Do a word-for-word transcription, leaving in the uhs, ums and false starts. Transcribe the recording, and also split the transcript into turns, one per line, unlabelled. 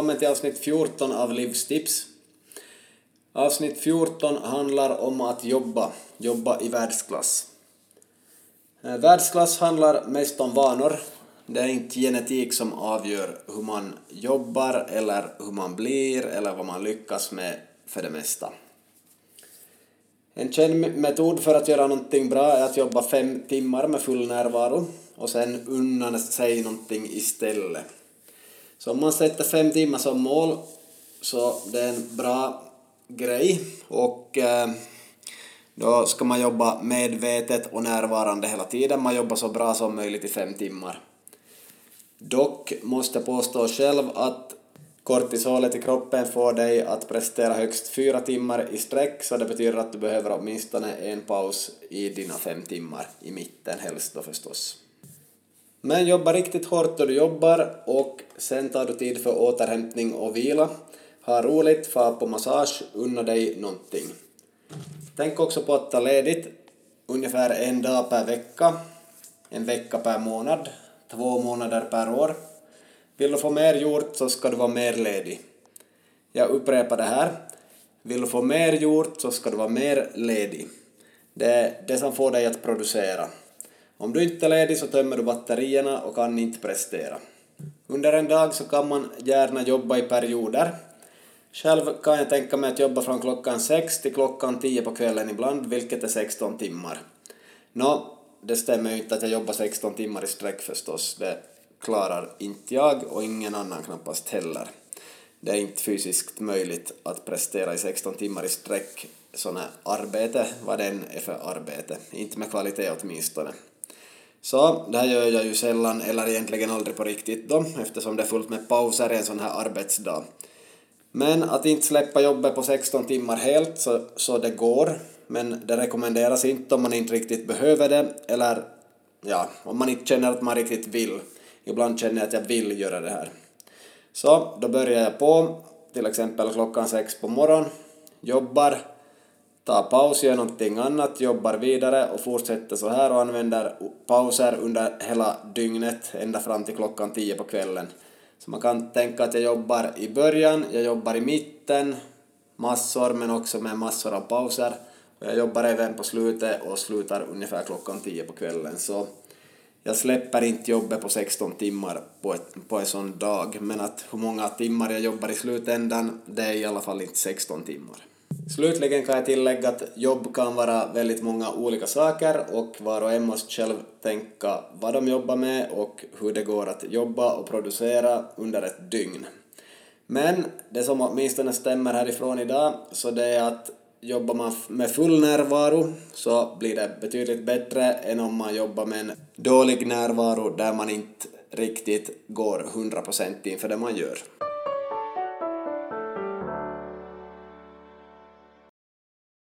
välkommen till avsnitt fjorton av Livstips. Avsnitt fjorton handlar om att jobba, jobba i världsklass. Världsklass handlar mest om vanor. Det är inte genetik som avgör hur man jobbar eller hur man blir eller vad man lyckas med för det mesta. En känd metod för att göra någonting bra är att jobba fem timmar med full närvaro och sen unna sig någonting istället. Så om man sätter fem timmar som mål så det är en bra grej och eh, då ska man jobba medvetet och närvarande hela tiden. Man jobbar så bra som möjligt i fem timmar. Dock måste jag påstå själv att kortisolet i kroppen får dig att prestera högst fyra timmar i sträck, så det betyder att du behöver åtminstone en paus i dina fem timmar i mitten, helst då förstås. Men jobba riktigt hårt då du jobbar och sen tar du tid för återhämtning och vila. Ha roligt, få på massage, unna dig någonting. Tänk också på att ta ledigt ungefär en dag per vecka, en vecka per månad, två månader per år. Vill du få mer gjort så ska du vara mer ledig. Jag upprepar det här. Vill du få mer gjort så ska du vara mer ledig. Det är det som får dig att producera. Om du inte är ledig så tömmer du batterierna och kan inte prestera. Under en dag så kan man gärna jobba i perioder. Själv kan jag tänka mig att jobba från klockan sex till klockan tio på kvällen ibland, vilket är sexton timmar. Nå, det stämmer ju inte att jag jobbar sexton timmar i sträck förstås. Det klarar inte jag och ingen annan knappast heller. Det är inte fysiskt möjligt att prestera i sexton timmar i sträck sådana arbete, vad den är för arbete. Inte med kvalitet åtminstone. Så det här gör jag ju sällan eller egentligen aldrig på riktigt då, eftersom det är fullt med pauser i en sån här arbetsdag. Men att inte släppa jobbet på sexton timmar helt så, så det går, men det rekommenderas inte om man inte riktigt behöver det eller ja, om man inte känner att man riktigt vill. Ibland känner jag att jag vill göra det här. Så då börjar jag på till exempel klockan sex på morgon, jobbar, tar paus, gör någonting annat, jobbar vidare och fortsätter så här och använder pauser under hela dygnet ända fram till klockan tio på kvällen. Så man kan tänka att jag jobbar i början, jag jobbar i mitten, massor men också med massor av pauser. Och jag jobbar även på slutet och slutar ungefär klockan tio på kvällen. Så jag släpper inte jobbet på sexton timmar på, ett, på en sån dag. Men att hur många timmar jag jobbar i slutändan, det är i alla fall inte sexton timmar. Slutligen kan jag tillägga att jobb kan vara väldigt många olika saker och var och en måste själv tänka vad de jobbar med och hur det går att jobba och producera under ett dygn. Men det som åtminstone stämmer härifrån idag så det är att jobbar man med full närvaro så blir det betydligt bättre än om man jobbar med en dålig närvaro där man inte riktigt går hundra procent in för det man gör.